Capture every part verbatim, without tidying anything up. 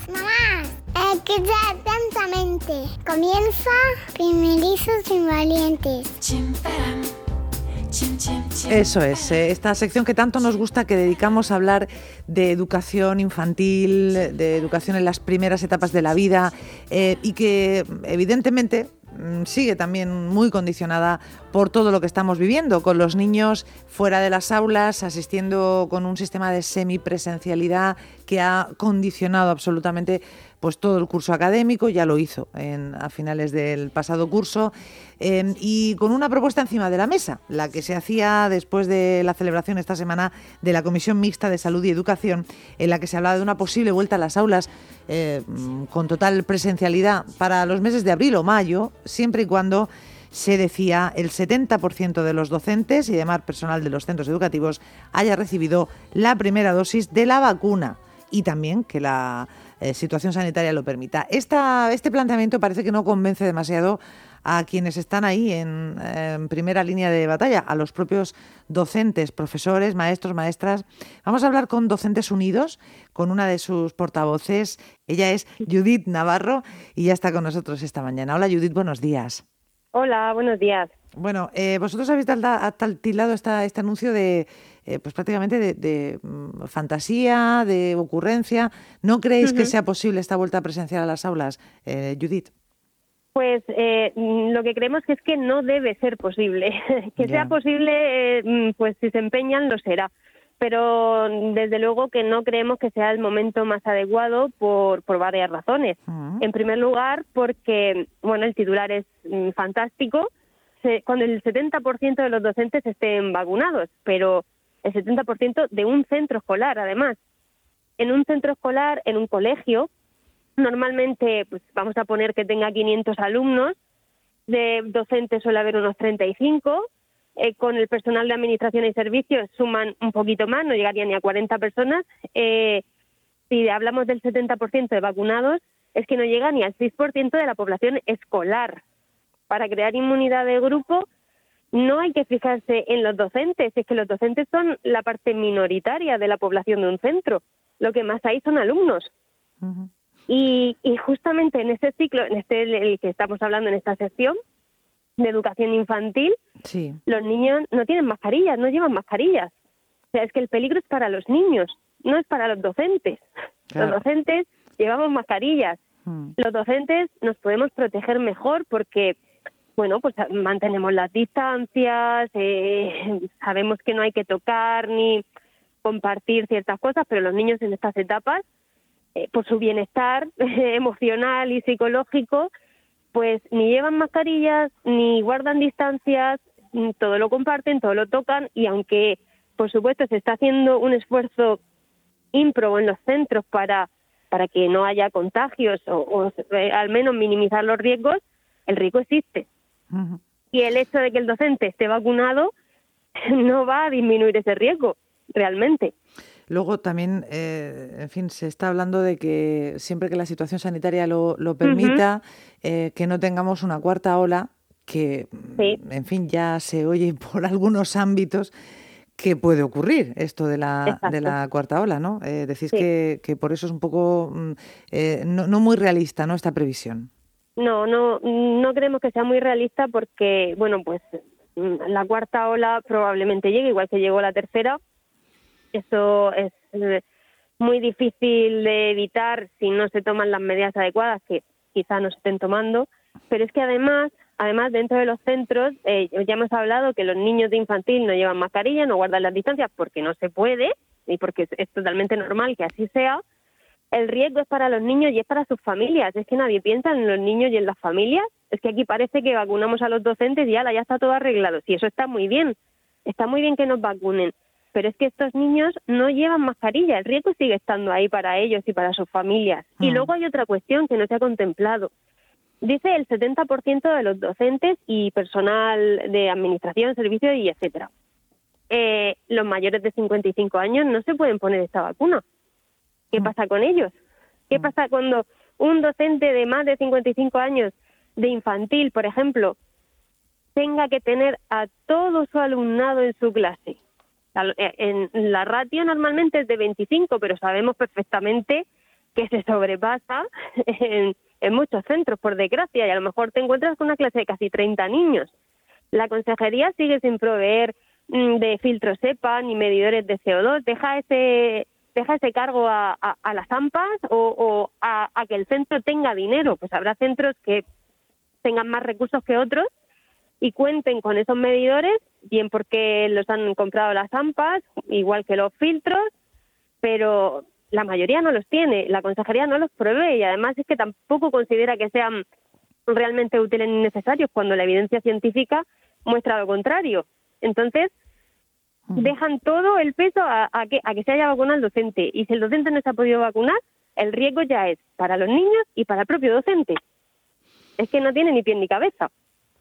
Mamá, escucha atentamente. Comienza Primerizos y Valientes. Eso es, eh, esta sección que tanto nos gusta, que dedicamos a hablar de educación infantil, de educación en las primeras etapas de la vida, eh, y que evidentemente sigue también muy condicionada por todo lo que estamos viviendo, con los niños fuera de las aulas, asistiendo con un sistema de semipresencialidad que ha condicionado absolutamente pues todo el curso académico. Ya lo hizo en, a finales del pasado curso, eh, y con una propuesta encima de la mesa, la que se hacía después de la celebración esta semana de la Comisión Mixta de Salud y Educación, en la que se hablaba de una posible vuelta a las aulas eh, con total presencialidad para los meses de abril o mayo, siempre y cuando se decía el setenta por ciento de los docentes y demás personal de los centros educativos haya recibido la primera dosis de la vacuna, y también que la eh, situación sanitaria lo permita. Esta, este planteamiento parece que no convence demasiado a quienes están ahí en, en primera línea de batalla, a los propios docentes, profesores, maestros, maestras. Vamos a hablar con Docentes Unidos, con una de sus portavoces. Ella es Judith Navarro y ya está con nosotros esta mañana. Hola Judith, buenos días. Hola, buenos días. Bueno, eh, vosotros habéis tilado esta, este anuncio de, eh, pues prácticamente de, de um, fantasía, de ocurrencia. ¿No creéis uh-huh. que sea posible esta vuelta presencial a las aulas, eh, Judith? Pues eh, lo que creemos que es que no debe ser posible. que yeah. sea posible, eh, pues si se empeñan lo será. Pero desde luego que no creemos que sea el momento más adecuado por, por varias razones. Uh-huh. En primer lugar, porque bueno, el titular es mm, fantástico, se, cuando el setenta por ciento de los docentes estén vacunados, pero el setenta por ciento de un centro escolar, además. En un centro escolar, en un colegio, normalmente pues vamos a poner que tenga quinientos alumnos, de docentes suele haber unos treinta y cinco. Eh, con el personal de administración y servicios suman un poquito más, no llegarían ni a cuarenta personas. Eh, si hablamos del setenta por ciento de vacunados, es que no llega ni al seis por ciento de la población escolar. Para crear inmunidad de grupo no hay que fijarse en los docentes, es que los docentes son la parte minoritaria de la población de un centro. Lo que más hay son alumnos. Uh-huh. Y, y justamente en este ciclo, en este el que estamos hablando en esta sección, de educación infantil, sí. los niños no tienen mascarillas, no llevan mascarillas. O sea, es que el peligro es para los niños, no es para los docentes. Claro. Los docentes llevamos mascarillas. Hmm. Los docentes nos podemos proteger mejor porque, bueno, pues mantenemos las distancias, eh, sabemos que no hay que tocar ni compartir ciertas cosas, pero los niños en estas etapas, eh, por su bienestar emocional y psicológico, pues ni llevan mascarillas, ni guardan distancias, todo lo comparten, todo lo tocan, y aunque, por supuesto, se está haciendo un esfuerzo ímprobo en los centros para, para que no haya contagios o, o eh, al menos minimizar los riesgos, el riesgo existe. Uh-huh. Y el hecho de que el docente esté vacunado no va a disminuir ese riesgo, realmente. Luego también, eh, en fin, se está hablando de que siempre que la situación sanitaria lo, lo permita, uh-huh. eh, que no tengamos una cuarta ola, que, sí. en fin, ya se oye por algunos ámbitos que puede ocurrir esto de la, de la cuarta ola, ¿no? Eh, decís sí. que, que por eso es un poco eh, no, no muy realista, ¿no?, esta previsión. No, no, no creemos que sea muy realista porque, bueno, pues la cuarta ola probablemente llegue, igual que llegó la tercera. Eso es muy difícil de evitar si no se toman las medidas adecuadas, que quizás no se estén tomando, pero es que además, además dentro de los centros, eh, ya hemos hablado que los niños de infantil no llevan mascarilla, no guardan las distancias porque no se puede y porque es, es totalmente normal que así sea. El riesgo es para los niños y es para sus familias. Es que nadie piensa en los niños y en las familias. Es que aquí parece que vacunamos a los docentes y ala, ya está todo arreglado. Sí, eso está muy bien. Está muy bien que nos vacunen. Pero es que estos niños no llevan mascarilla, el riesgo sigue estando ahí para ellos y para sus familias. Mm. Y luego hay otra cuestión que no se ha contemplado. Dice el setenta por ciento de los docentes y personal de administración, servicios y etcétera. Eh, los mayores de cincuenta y cinco años no se pueden poner esta vacuna. ¿Qué mm. pasa con ellos? ¿Qué mm. pasa cuando un docente de más de cincuenta y cinco años de infantil, por ejemplo, tenga que tener a todo su alumnado en su clase? En la ratio normalmente es de veinticinco, pero sabemos perfectamente que se sobrepasa en, en muchos centros, por desgracia, y a lo mejor te encuentras con una clase de casi treinta niños. La consejería sigue sin proveer mm, de filtros EPA ni medidores de C O dos. Deja ese deja ese cargo a, a, a las AMPAs o, o a, a que el centro tenga dinero. Pues habrá centros que tengan más recursos que otros y cuenten con esos medidores, bien porque los han comprado las AMPAs, igual que los filtros, pero la mayoría no los tiene, la consejería no los provee y además es que tampoco considera que sean realmente útiles ni necesarios cuando la evidencia científica muestra lo contrario. Entonces, dejan todo el peso a, a, que, a que se haya vacunado el docente, y si el docente no se ha podido vacunar, el riesgo ya es para los niños y para el propio docente. Es que no tiene ni pie ni cabeza.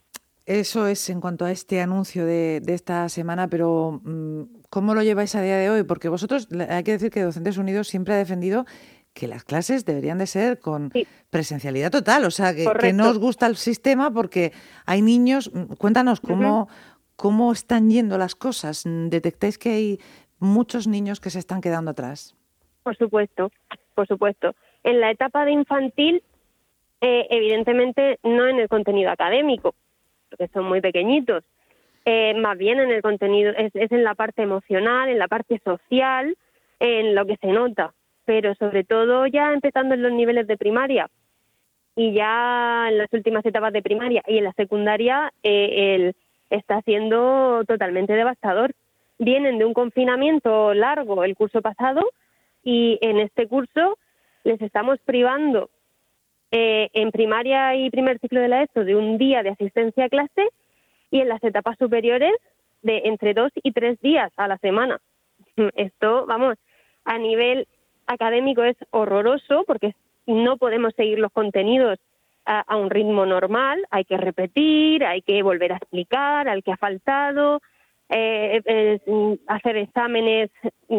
Eso es en cuanto a este anuncio de, de esta semana, pero ¿cómo lo lleváis a día de hoy? Porque vosotros, hay que decir que Docentes Unidos siempre ha defendido que las clases deberían de ser con sí. presencialidad total, o sea, que, que no os gusta el sistema porque hay niños. Cuéntanos cómo, uh-huh. cómo están yendo las cosas. ¿Detectáis que hay muchos niños que se están quedando atrás? Por supuesto, por supuesto. En la etapa de infantil, eh, evidentemente no en el contenido académico, porque son muy pequeñitos, eh, más bien en el contenido, es, es en la parte emocional, en la parte social, en lo que se nota, pero sobre todo ya empezando en los niveles de primaria y ya en las últimas etapas de primaria y en la secundaria eh, el, está siendo totalmente devastador. Vienen de un confinamiento largo el curso pasado y en este curso les estamos privando Eh, en primaria y primer ciclo de la ESO de un día de asistencia a clase y en las etapas superiores de entre dos y tres días a la semana. Esto, vamos, a nivel académico es horroroso porque no podemos seguir los contenidos a, a un ritmo normal, hay que repetir, hay que volver a explicar al que ha faltado, eh, eh, hacer exámenes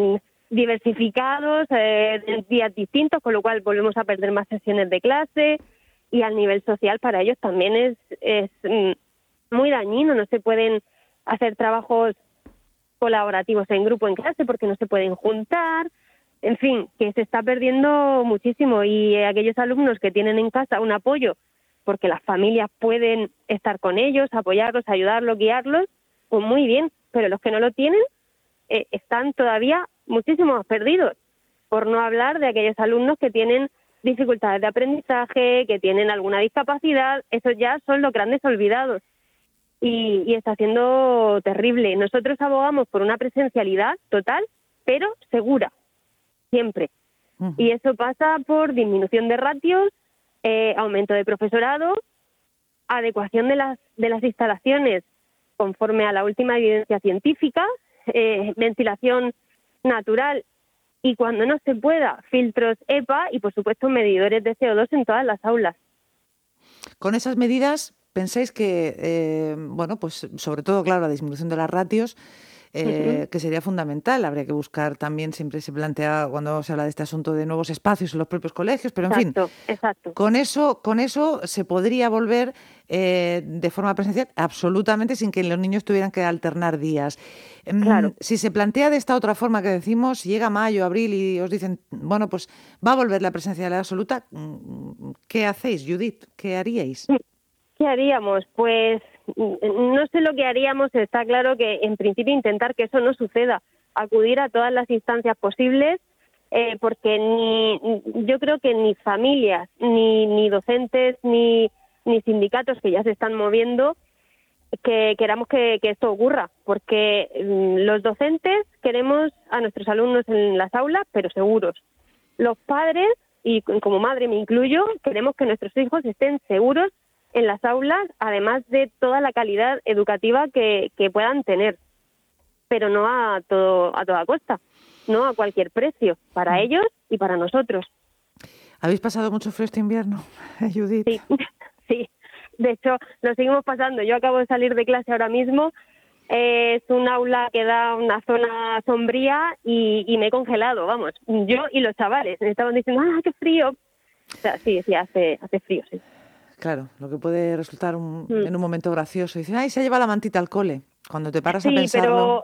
diversificados, eh, en días distintos, con lo cual volvemos a perder más sesiones de clase, y al nivel social para ellos también es, es mm, muy dañino. No se pueden hacer trabajos colaborativos en grupo en clase porque no se pueden juntar, en fin, que se está perdiendo muchísimo, y eh, aquellos alumnos que tienen en casa un apoyo porque las familias pueden estar con ellos, apoyarlos, ayudarlos, guiarlos, pues muy bien, pero los que no lo tienen eh, están todavía muchísimo más perdidos, por no hablar de aquellos alumnos que tienen dificultades de aprendizaje, que tienen alguna discapacidad. Esos ya son los grandes olvidados y, y está siendo terrible. Nosotros abogamos por una presencialidad total, pero segura, siempre. Uh-huh. Y eso pasa por disminución de ratios, eh, aumento de profesorado, adecuación de las, de las instalaciones conforme a la última evidencia científica, eh, ventilación natural y, cuando no se pueda, filtros EPA y, por supuesto, medidores de C O dos en todas las aulas. Con esas medidas, ¿pensáis que, eh, bueno, pues sobre todo, claro, la disminución de las ratios, eh, uh-huh. que sería fundamental? Habría que buscar también, siempre se plantea cuando se habla de este asunto de nuevos espacios en los propios colegios, pero en exacto, fin, exacto. con eso, con eso se podría volver eh, de forma presencial absolutamente sin que los niños tuvieran que alternar días. Claro. Si se plantea de esta otra forma que decimos, si llega mayo, abril y os dicen, bueno, pues va a volver la presencialidad absoluta, ¿qué hacéis, Judith? ¿Qué haríais? ¿Qué haríamos? Pues no sé lo que haríamos. Está claro que, en principio, intentar que eso no suceda, acudir a todas las instancias posibles, eh, porque ni yo creo que ni familias, ni, ni docentes, ni, ni sindicatos que ya se están moviendo, que queramos que, que esto ocurra, porque mmm, los docentes queremos a nuestros alumnos en las aulas, pero seguros. Los padres, y como madre me incluyo, queremos que nuestros hijos estén seguros en las aulas, además de toda la calidad educativa que, que puedan tener, pero no a todo a toda costa, no a cualquier precio, para ellos y para nosotros. ¿Habéis pasado mucho frío este invierno, Judith? Sí, sí. De hecho, lo seguimos pasando. Yo acabo de salir de clase ahora mismo. Eh, es un aula que da una zona sombría y, y me he congelado, vamos. Yo y los chavales me estaban diciendo, ¡ah, qué frío! O sea, sí, sí, hace, hace frío, sí. Claro, lo que puede resultar un, mm. en un momento gracioso. Dicen, ¡ay, se lleva la mantita al cole! Cuando te paras sí, a pensarlo... Sí,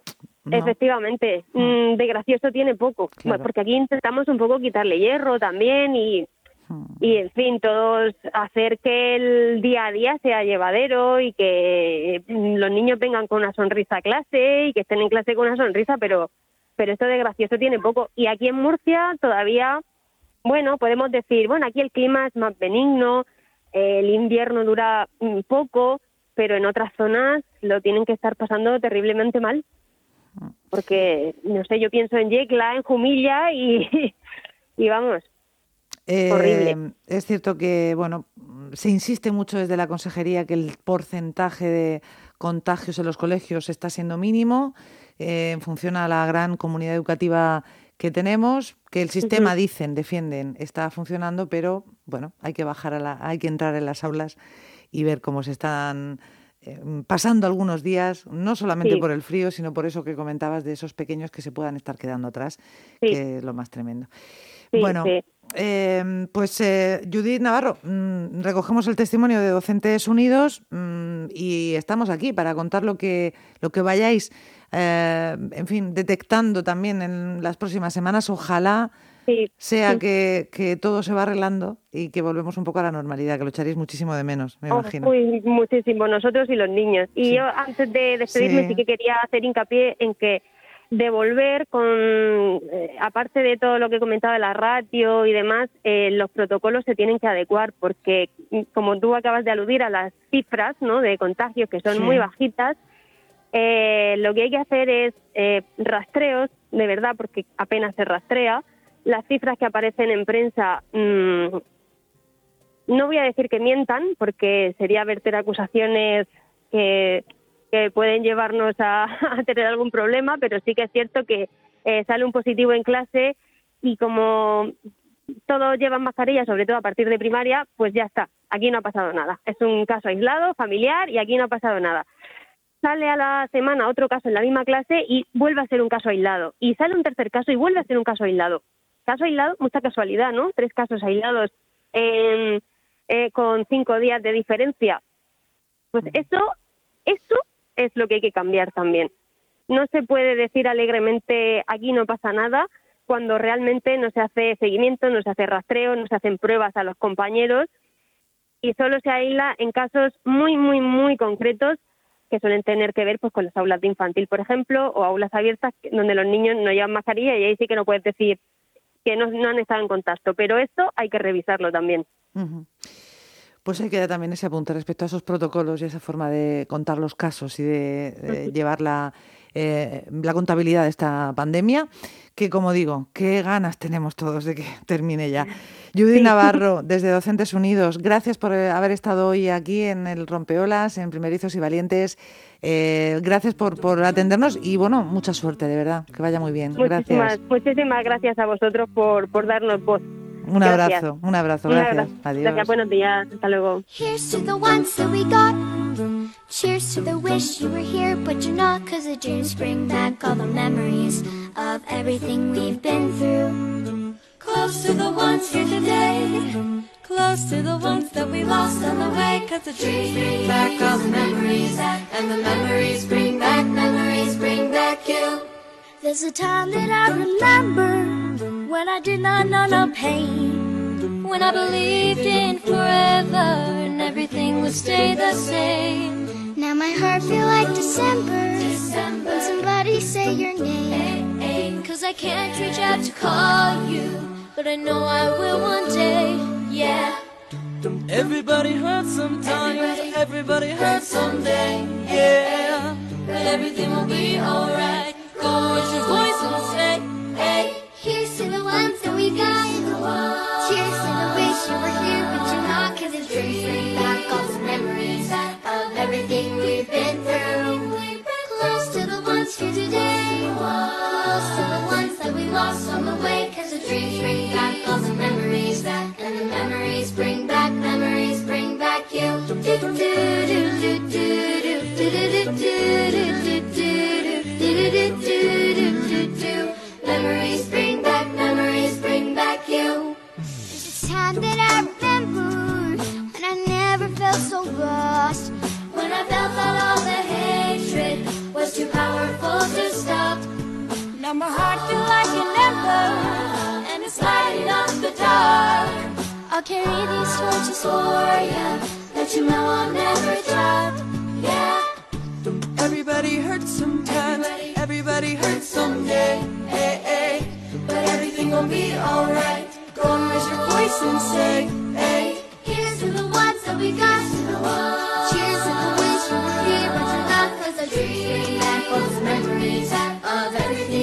No. Efectivamente, mm, de gracioso tiene poco, Claro. porque aquí intentamos un poco quitarle hierro también y, y en fin, todos hacer que el día a día sea llevadero y que mm, los niños vengan con una sonrisa a clase y que estén en clase con una sonrisa, pero, pero esto de gracioso tiene poco. Y aquí en Murcia todavía, bueno, podemos decir, bueno, aquí el clima es más benigno, eh, el invierno dura mm, poco, pero en otras zonas lo tienen que estar pasando terriblemente mal. Porque, no sé, yo pienso en Yecla, en Jumilla y, y vamos, Eh, horrible. Es cierto que, bueno, se insiste mucho desde la consejería que el porcentaje de contagios en los colegios está siendo mínimo, eh, en función a la gran comunidad educativa que tenemos, que el sistema, Uh-huh. dicen, defienden, está funcionando, pero, bueno, hay que bajar a la, hay que entrar en las aulas y ver cómo se están eh, pasando algunos días, no solamente Sí. por el frío, sino por eso que comentabas de esos pequeños que se puedan estar quedando atrás, Sí. que es lo más tremendo. Sí, Bueno, sí. eh, pues eh, Judith Navarro, mmm, recogemos el testimonio de Docentes Unidos mmm, y estamos aquí para contar lo que, lo que vayáis, eh, en fin, detectando también en las próximas semanas. Ojalá Sí. sea Sí. que, que todo se va arreglando y que volvemos un poco a la normalidad, que lo echaréis muchísimo de menos, me Oh, imagino. uy, muchísimo, nosotros y los niños. Y Sí. yo, antes de despedirme, Sí. sí que quería hacer hincapié en que devolver con, eh, aparte de todo lo que comentaba la ratio y demás, eh, los protocolos se tienen que adecuar porque, como tú acabas de aludir a las cifras, ¿no?, de contagios que son Sí. muy bajitas, eh, lo que hay que hacer es eh, rastreos, de verdad, porque apenas se rastrea. Las cifras que aparecen en prensa, mmm, no voy a decir que mientan, porque sería verter acusaciones que, que pueden llevarnos a, a tener algún problema, pero sí que es cierto que eh, sale un positivo en clase y como todos llevan mascarilla, sobre todo a partir de primaria, pues ya está, aquí no ha pasado nada. Es un caso aislado, familiar, y aquí no ha pasado nada. Sale a la semana otro caso en la misma clase y vuelve a ser un caso aislado. Y sale un tercer caso y vuelve a ser un caso aislado. Caso aislado, mucha casualidad, ¿no? Tres casos aislados en, eh, con cinco días de diferencia. Pues eso, eso es lo que hay que cambiar también. No se puede decir alegremente aquí no pasa nada cuando realmente no se hace seguimiento, no se hace rastreo, no se hacen pruebas a los compañeros y solo se aísla en casos muy, muy, muy concretos que suelen tener que ver pues con las aulas de infantil, por ejemplo, o aulas abiertas donde los niños no llevan mascarilla y ahí sí que no puedes decir que no, no han estado en contacto, pero esto hay que revisarlo también. Uh-huh. Pues ahí queda también ese apunte respecto a esos protocolos y esa forma de contar los casos y de, de llevar la, eh, la contabilidad de esta pandemia, que como digo, qué ganas tenemos todos de que termine ya. Judith Sí. Navarro, desde Docentes Unidos, gracias por haber estado hoy aquí en el Rompeolas, en Primerizos y Valientes. Eh, gracias por, por atendernos y, bueno, mucha suerte, de verdad, que vaya muy bien. Muchísimas, Gracias. muchísimas gracias a vosotros por, por darnos voz. Un Gracias. abrazo, un abrazo, Un gracias. abrazo. Adiós. Gracias, buenos días, hasta luego. Here's to the ones that we got. Cheers to the wish you were here, but you're not. Cause the dreams bring back all the memories of everything we've been through. Close to the ones here today, close to the ones that we lost on the way. Cause the dreams bring back all the memories, and the memories bring back, memories bring back you. There's a time that I remember when I did not know no pain, When I believed in forever and everything would stay the same. now my heart feel like December, December. when somebody say your name. Cause I can't reach out to call you, but I know I will one day, yeah. Everybody hurts sometimes, Everybody- everybody hurts someday, yeah. But everything will be alright. Go raise your voice and say, hey. Here's to the ones that we got. Cheers to the wish you were here, but you're not. Cause the dreams bring back all the memories of everything we've been through. Close to the ones here today, close to the ones that we lost on the way. Cause the dreams bring back all the memories, and the memories bring back, memories bring back you. Do do do do do do do do do do do do do. Memories bring back, memories bring back you. There's a time that I remember when I never felt so lost. When I felt that all the hatred was too powerful to stop. I'll carry these torches for ya. Let you know I'll never drop. Yeah. Everybody hurts sometimes, everybody hurts someday. Hey, hey. But everything gon' be alright. Go and raise your voice and say, hey. Here's to the ones that we got to the ones. Cheers to the wish you were here, but you're not. Cause the dreams bring back all those memories of everything